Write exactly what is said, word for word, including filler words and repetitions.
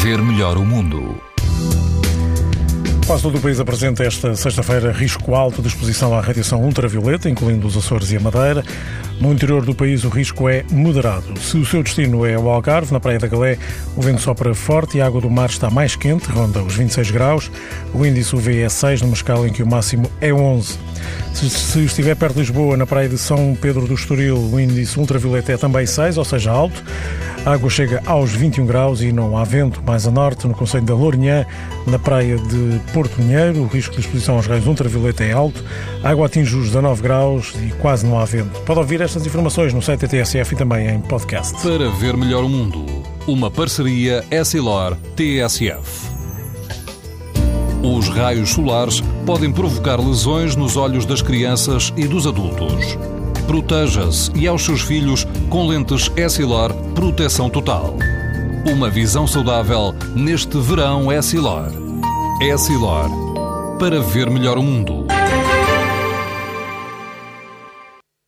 ver melhor o mundo. Quase todo o país apresenta esta sexta-feira risco alto de exposição à radiação ultravioleta, incluindo os Açores e a Madeira. No interior do país o risco é moderado. Se o seu destino é o Algarve, na Praia da Galé, o vento sopra forte e a água do mar está mais quente, ronda os vinte e seis graus. O índice U V é seis, numa escala em que o máximo é onze. Se, se estiver perto de Lisboa, na praia de São Pedro do Estoril, o índice ultravioleta é também seis, ou seja, alto. A água chega aos vinte e um graus e não há vento. Mais a norte, no concelho da Lourinhã, na praia de Porto Pinheiro, o risco de exposição aos raios ultravioleta é alto. A água atinge os dezanove graus e quase não há vento. Pode ouvir estas informações no site da T S F e também em podcast. Para ver melhor o mundo, uma parceria Essilor-T S F. Os raios solares podem provocar lesões nos olhos das crianças e dos adultos. Proteja-se e aos seus filhos com lentes Essilor Proteção Total. Uma visão saudável neste verão Essilor. Essilor, para ver melhor o mundo.